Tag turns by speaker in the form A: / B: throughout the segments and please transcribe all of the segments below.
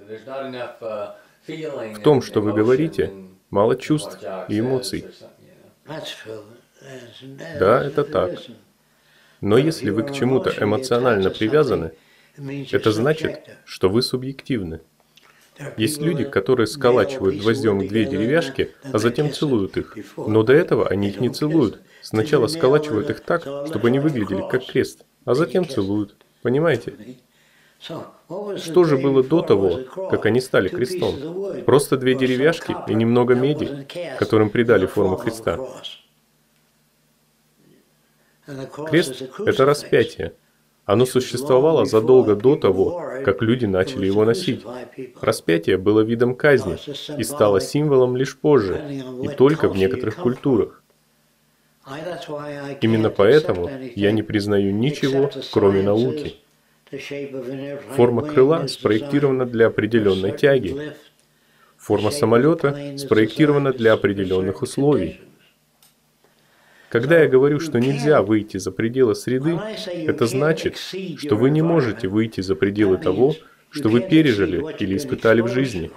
A: В том, что вы говорите, мало чувств и эмоций. Да, это так. Но если вы к чему-то эмоционально привязаны, это значит, что вы субъективны. Есть люди, которые сколачивают гвоздем две деревяшки, а затем целуют их. Но до этого они их не целуют. Сначала сколачивают их так, чтобы они выглядели как крест, а затем целуют. Понимаете? Что же было до того, как они стали крестом? Просто две деревяшки и немного меди, которым придали форму креста. Крест – это распятие. Оно существовало задолго до того, как люди начали его носить. Распятие было видом казни и стало символом лишь позже, и только в некоторых культурах. Именно поэтому я не признаю ничего, кроме науки. Форма крыла спроектирована для определенной тяги. Форма самолета спроектирована для определенных условий. Когда я говорю, что нельзя выйти за пределы среды, это значит, что вы не можете выйти за пределы того, что вы пережили или испытали в жизни.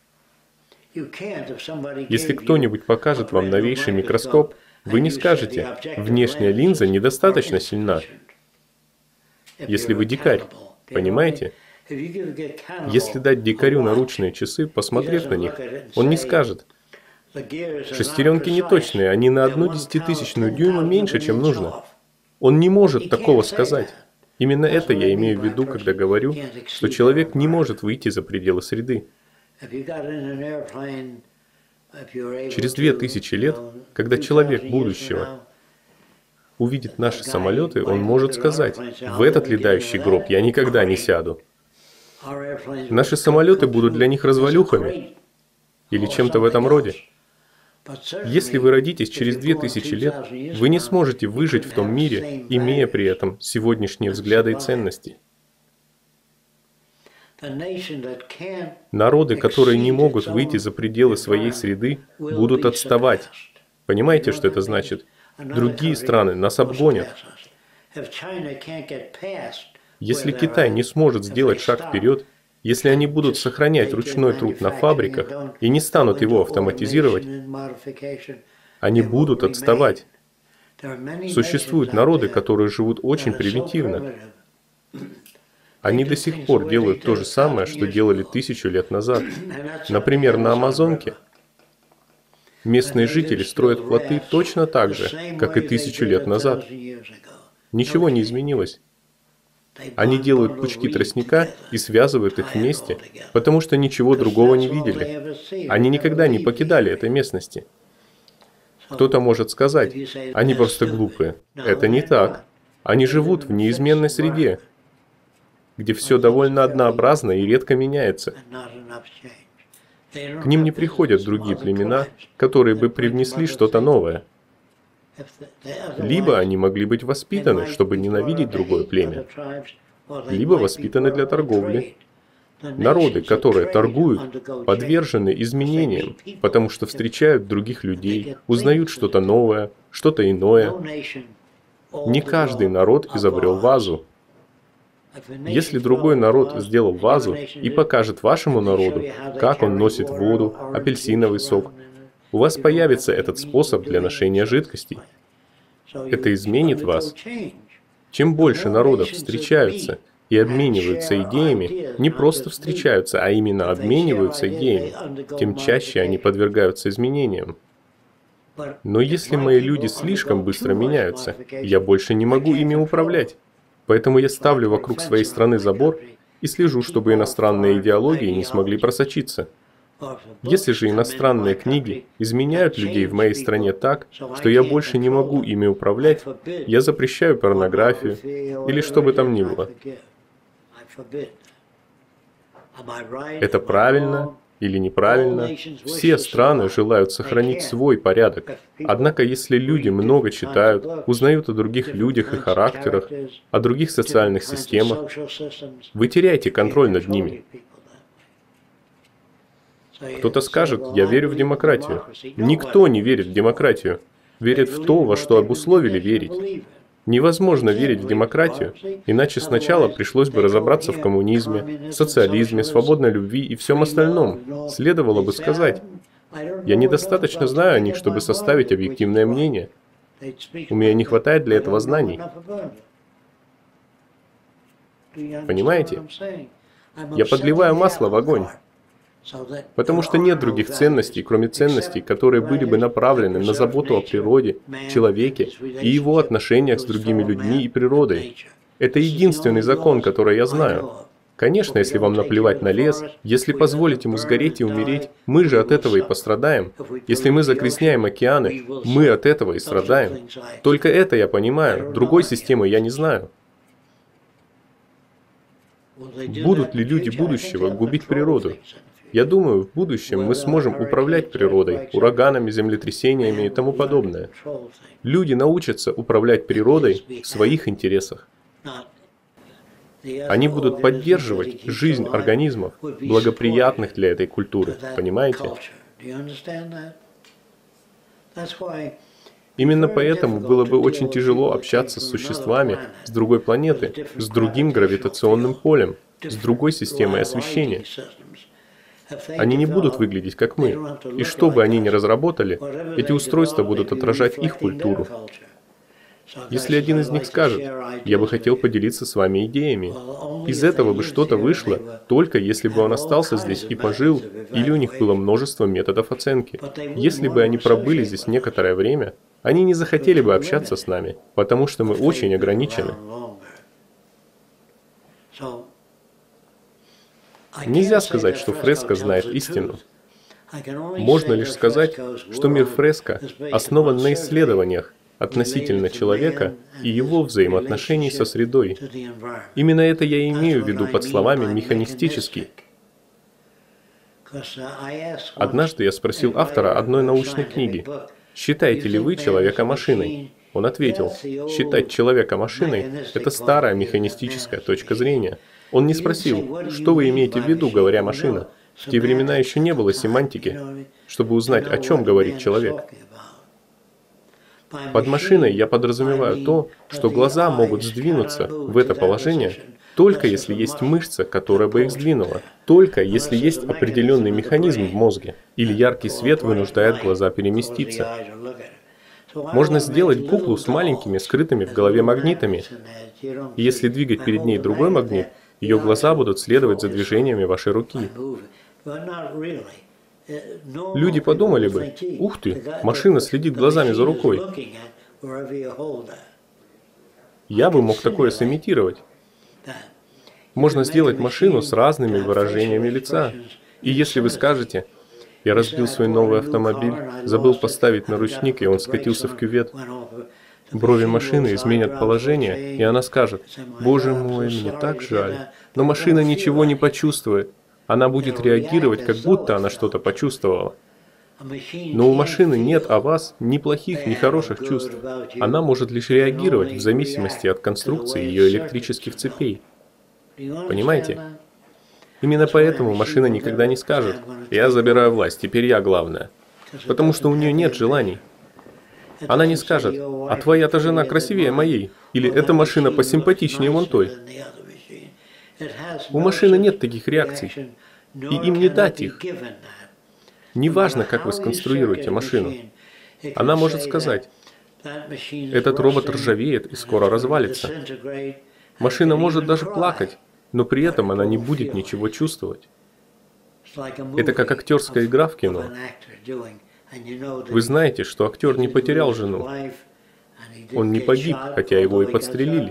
A: Если кто-нибудь покажет вам новейший микроскоп, вы не скажете: «Внешняя линза недостаточно сильна», если вы дикарь. Понимаете? Если дать дикарю наручные часы, посмотрев на них, он не скажет: «Шестеренки неточные, они на 0,1 дюйма меньше, чем нужно». Он не может такого сказать. Именно это я имею в виду, когда говорю, что человек не может выйти за пределы среды. Через 2000 лет, когда человек будущего увидит наши самолеты, он может сказать: «В этот летающий гроб я никогда не сяду». Наши самолеты будут для них развалюхами или чем-то в этом роде. Если вы родитесь через 2000 лет, вы не сможете выжить в том мире, имея при этом сегодняшние взгляды и ценности. Народы, которые не могут выйти за пределы своей среды, будут отставать. Понимаете, что это значит? Другие страны нас обгонят. Если Китай не сможет сделать шаг вперед, если они будут сохранять ручной труд на фабриках и не станут его автоматизировать, они будут отставать. Существуют народы, которые живут очень примитивно. Они до сих пор делают то же самое, что делали 1000 лет назад. Например, на Амазонке местные жители строят плоты точно так же, как и 1000 лет назад. Ничего не изменилось. Они делают пучки тростника и связывают их вместе, потому что ничего другого не видели. Они никогда не покидали этой местности. Кто-то может сказать: «Они просто глупые». Это не так. Они живут в неизменной среде, где все довольно однообразно и редко меняется. К ним не приходят другие племена, которые бы привнесли что-то новое. Либо они могли быть воспитаны, чтобы ненавидеть другое племя, либо воспитаны для торговли. Народы, которые торгуют, подвержены изменениям, потому что встречают других людей, узнают что-то новое, что-то иное. Не каждый народ изобрел вазу. Если другой народ сделал вазу и покажет вашему народу, как он носит воду, апельсиновый сок, у вас появится этот способ для ношения жидкостей. Это изменит вас. Чем больше народов встречаются и обмениваются идеями, не просто встречаются, а именно обмениваются идеями, тем чаще они подвергаются изменениям. Но если мои люди слишком быстро меняются, я больше не могу ими управлять. Поэтому я ставлю вокруг своей страны забор и слежу, чтобы иностранные идеологии не смогли просочиться. Если же иностранные книги изменяют людей в моей стране так, что я больше не могу ими управлять, я запрещаю порнографию или что бы там ни было. Это правильно или неправильно? Все страны желают сохранить свой порядок. Однако, если люди много читают, узнают о других людях и характерах, о других социальных системах, вы теряете контроль над ними. Кто-то скажет: «Я верю в демократию». Никто не верит в демократию. Верит в то, во что обусловили верить. Невозможно верить в демократию, иначе сначала пришлось бы разобраться в коммунизме, социализме, свободной любви и всем остальном. Следовало бы сказать: я недостаточно знаю о них, чтобы составить объективное мнение. У меня не хватает для этого знаний. Понимаете? Я подливаю масло в огонь, потому что нет других ценностей, кроме ценностей, которые были бы направлены на заботу о природе, человеке и его отношениях с другими людьми и природой. Это единственный закон, который я знаю. Конечно, если вам наплевать на лес, если позволить ему сгореть и умереть, мы же от этого и пострадаем. Если мы загрязняем океаны, мы от этого и страдаем. Только это я понимаю, другой системы я не знаю. Будут ли люди будущего губить природу? Я думаю, в будущем мы сможем управлять природой, ураганами, землетрясениями и тому подобное. Люди научатся управлять природой в своих интересах. Они будут поддерживать жизнь организмов, благоприятных для этой культуры. Понимаете? Именно поэтому было бы очень тяжело общаться с существами с другой планеты, с другим гравитационным полем, с другой системой освещения. Они не будут выглядеть как мы. И что бы они ни разработали, эти устройства будут отражать их культуру. Если один из них скажет: «Я бы хотел поделиться с вами идеями», из этого бы что-то вышло, только если бы он остался здесь и пожил, или у них было множество методов оценки. Если бы они пробыли здесь некоторое время, они не захотели бы общаться с нами, потому что мы очень ограничены. Нельзя сказать, что Фреско знает истину. Можно лишь сказать, что мир Фреско основан на исследованиях относительно человека и его взаимоотношений со средой. Именно это я и имею в виду под словами «механистический». Однажды я спросил автора одной научной книги: «Считаете ли вы человека машиной?» Он ответил: «Считать человека машиной – это старая механистическая точка зрения». Он не спросил: «Что вы имеете в виду, говоря «машина»?» В те времена еще не было семантики, чтобы узнать, о чем говорит человек. Под машиной я подразумеваю то, что глаза могут сдвинуться в это положение только если есть мышца, которая бы их сдвинула, только если есть определенный механизм в мозге, или яркий свет вынуждает глаза переместиться. Можно сделать куклу с маленькими, скрытыми в голове магнитами, и если двигать перед ней другой магнит, ее глаза будут следовать за движениями вашей руки. Люди подумали бы: «Ух ты, машина следит глазами за рукой». Я бы мог такое сымитировать. Можно сделать машину с разными выражениями лица. И если вы скажете: «Я разбил свой новый автомобиль, забыл поставить наручник, и он скатился в кювет», брови машины изменят положение, и она скажет: «Боже мой, мне так жаль». Но машина ничего не почувствует. Она будет реагировать, как будто она что-то почувствовала. Но у машины нет о вас ни плохих, ни хороших чувств. Она может лишь реагировать в зависимости от конструкции ее электрических цепей. Понимаете? Именно поэтому машина никогда не скажет: «Я забираю власть, теперь я главная». Потому что у нее нет желаний. Она не скажет: «А твоя-то жена красивее моей», или «Эта машина посимпатичнее вон той». У машины нет таких реакций, и им не дать их. Неважно, как вы сконструируете машину. Она может сказать: «Этот робот ржавеет и скоро развалится». Машина может даже плакать, но при этом она не будет ничего чувствовать. Это как актерская игра в кино. Вы знаете, что актер не потерял жену. Он не погиб, хотя его и подстрелили.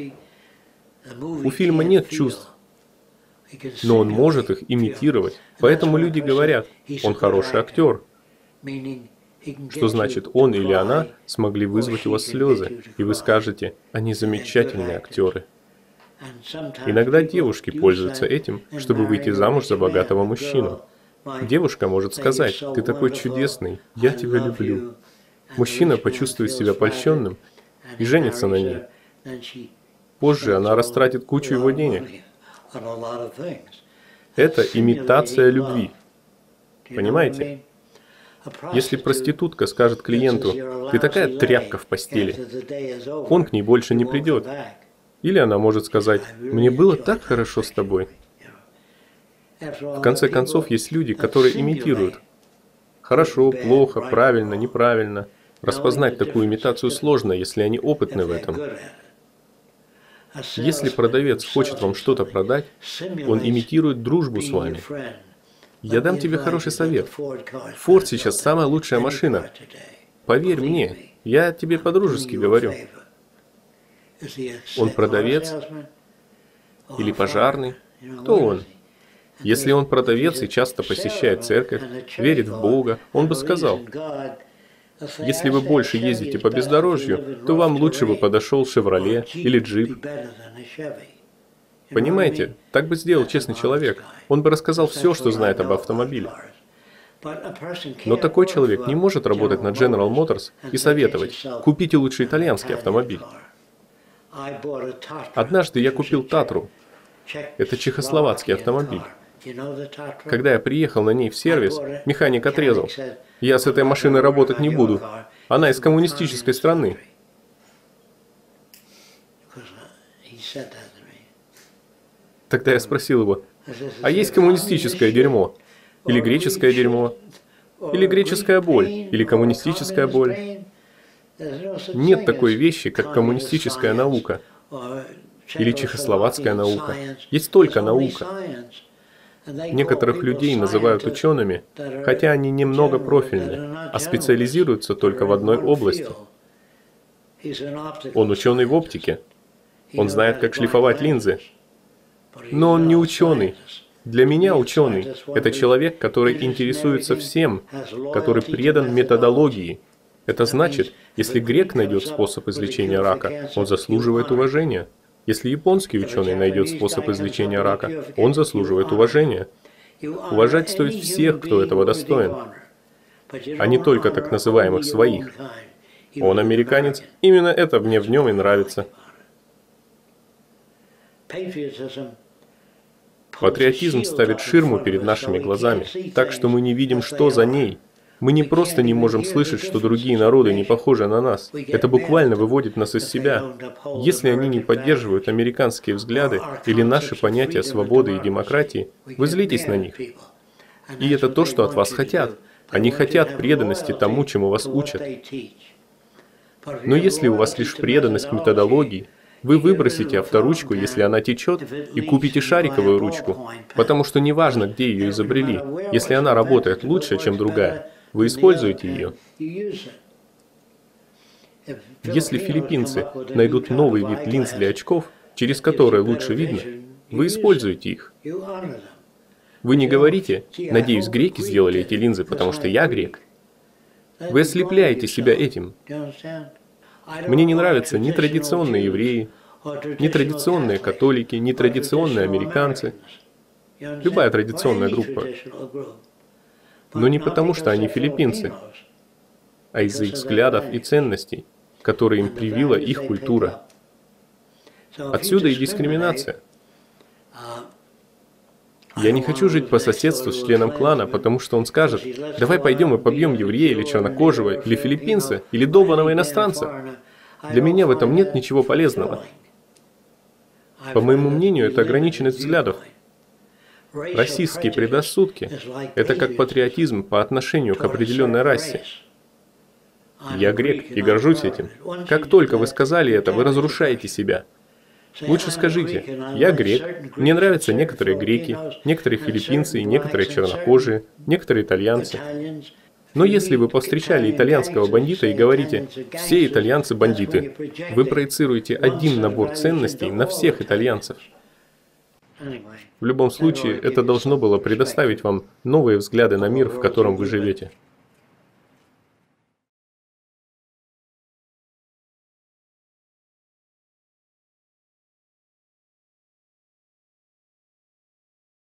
A: У фильма нет чувств, но он может их имитировать. Поэтому люди говорят: «Он хороший актер», что значит, он или она смогли вызвать у вас слезы, и вы скажете: «Они замечательные актеры». Иногда девушки пользуются этим, чтобы выйти замуж за богатого мужчину. Девушка может сказать: «Ты такой чудесный, я тебя люблю». Мужчина почувствует себя польщенным и женится на ней. Позже она растратит кучу его денег. Это имитация любви. Понимаете? Если проститутка скажет клиенту: «Ты такая тряпка в постели», он к ней больше не придет. Или она может сказать: «Мне было так хорошо с тобой». В конце концов, есть люди, которые имитируют. Хорошо, плохо, правильно, неправильно. Распознать такую имитацию сложно, если они опытны в этом. Если продавец хочет вам что-то продать, он имитирует дружбу с вами. Я дам тебе хороший совет. Ford сейчас самая лучшая машина. Поверь мне, я тебе по-дружески говорю. Он продавец или пожарный? Кто он? Если он продавец и часто посещает церковь, верит в Бога, он бы сказал: если вы больше ездите по бездорожью, то вам лучше бы подошел «Шевроле» или «Джип». Понимаете, так бы сделал честный человек. Он бы рассказал все, что знает об автомобиле. Но такой человек не может работать на General Motors и советовать: купите лучше итальянский автомобиль. Однажды я купил Татру. Это чехословацкий автомобиль. Когда я приехал на ней в сервис, механик отрезал: «Я с этой машиной работать не буду. Она из коммунистической страны». Тогда я спросил его: «А есть коммунистическое дерьмо? Или греческое дерьмо? Или греческая боль? Или коммунистическая боль?» Нет такой вещи, как коммунистическая наука. Или чехословацкая наука. Есть только наука. Некоторых людей называют учеными, хотя они немного профильны, а специализируются только в одной области. Он ученый в оптике. Он знает, как шлифовать линзы. Но он не ученый. Для меня ученый – это человек, который интересуется всем, который предан методологии. Это значит, если грек найдет способ излечения рака, он заслуживает уважения. Если японский ученый найдет способ излечения рака, он заслуживает уважения. Уважать стоит всех, кто этого достоин, а не только так называемых своих. Он американец, именно это мне в нем и нравится. Патриотизм ставит ширму перед нашими глазами, так что мы не видим, что за ней. Мы не просто не можем слышать, что другие народы не похожи на нас. Это буквально выводит нас из себя. Если они не поддерживают американские взгляды или наши понятия свободы и демократии, вы злитесь на них. И это то, что от вас хотят. Они хотят преданности тому, чему вас учат. Но если у вас лишь преданность к методологии, вы выбросите авторучку, если она течет, и купите шариковую ручку, потому что неважно, где ее изобрели, если она работает лучше, чем другая, вы используете ее. Если филиппинцы найдут новый вид линз для очков, через которые лучше видно, вы используете их. Вы не говорите: «Надеюсь, греки сделали эти линзы, потому что я грек». Вы ослепляете себя этим. Мне не нравятся ни традиционные евреи, ни традиционные католики, ни традиционные американцы. Любая традиционная группа. Но не потому, что они филиппинцы, а из-за их взглядов и ценностей, которые им привила их культура. Отсюда и дискриминация. Я не хочу жить по соседству с членом клана, потому что он скажет: «Давай пойдем и побьем еврея или чернокожего, или филиппинца, или долбаного иностранца». Для меня в этом нет ничего полезного. По моему мнению, это ограниченность взглядов. Расистские предрассудки – это как патриотизм по отношению к определенной расе. Я грек и горжусь этим. Как только вы сказали это, вы разрушаете себя. Лучше скажите: я грек, мне нравятся некоторые греки, некоторые филиппинцы и некоторые чернокожие, некоторые итальянцы. Но если вы повстречали итальянского бандита и говорите: все итальянцы бандиты, вы проецируете один набор ценностей на всех итальянцев. В любом случае, это должно было предоставить вам новые взгляды на мир, в котором вы живете.